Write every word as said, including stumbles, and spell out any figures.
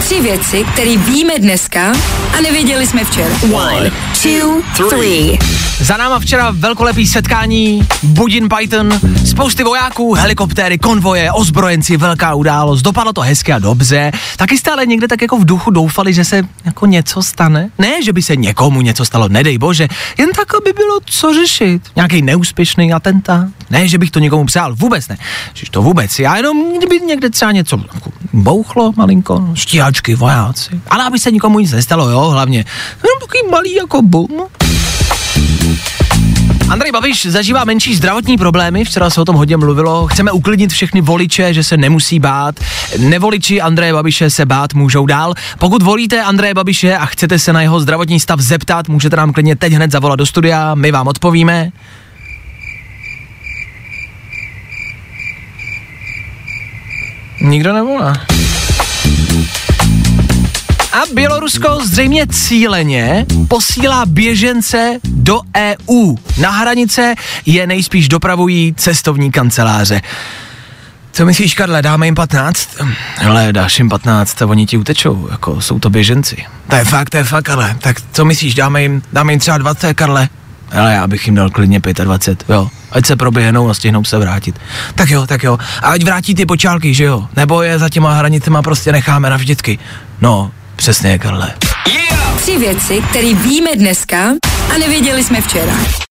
Tři věci, které víme dneska a nevěděli jsme včera. One, two, three. Za náma včera velkolepý setkání, Budin Python, spousty vojáků, helikoptéry, konvoje, ozbrojenci, velká událost, dopadlo to hezky a dobře. Taky jste ale někde tak jako v duchu doufali, že se jako něco stane? Ne, že by se někomu něco stalo, nedej bože, jen tak, aby bylo co řešit. Nějaký neúspěšný atentát? Ne, že bych to někomu přál, vůbec ne. Že to vůbec, já jenom kdyby někde třeba něco jako bouchlo malinko, stíhačky, vojáci. Ale aby se nikomu nic nestalo, jo, hlavně. Jenom takový malý jako bum. Andrej Babiš zažívá menší zdravotní problémy, včera se o tom hodně mluvilo, chceme uklidnit všechny voliče, že se nemusí bát, nevoliči Andreje Babiše se bát můžou dál. Pokud volíte Andreje Babiše a chcete se na jeho zdravotní stav zeptat, můžete nám klidně teď hned zavolat do studia, my vám odpovíme. Nikdo nevolá. A Bělorusko zřejmě cíleně posílá běžence do E U. Na hranice je nejspíš dopravují cestovní kanceláře. Co myslíš, Karle, dáme jim patnáct? Hele, dáš jim patnáct a oni ti utečou, jako jsou to běženci. To je fakt, to je fakt, ale tak co myslíš, dáme jim, dáme jim třeba dvacet, Karle? Ale já bych jim dal klidně dvacet pět, jo. Ať se proběhnou a stihnou se vrátit. Tak jo, tak jo. A ať vrátí ty počálky, že jo? Nebo je za těma hranicema prostě necháme navždycky. No, přesně, Karle. Yeah! Tři věci, které víme dneska a nevěděli jsme včera.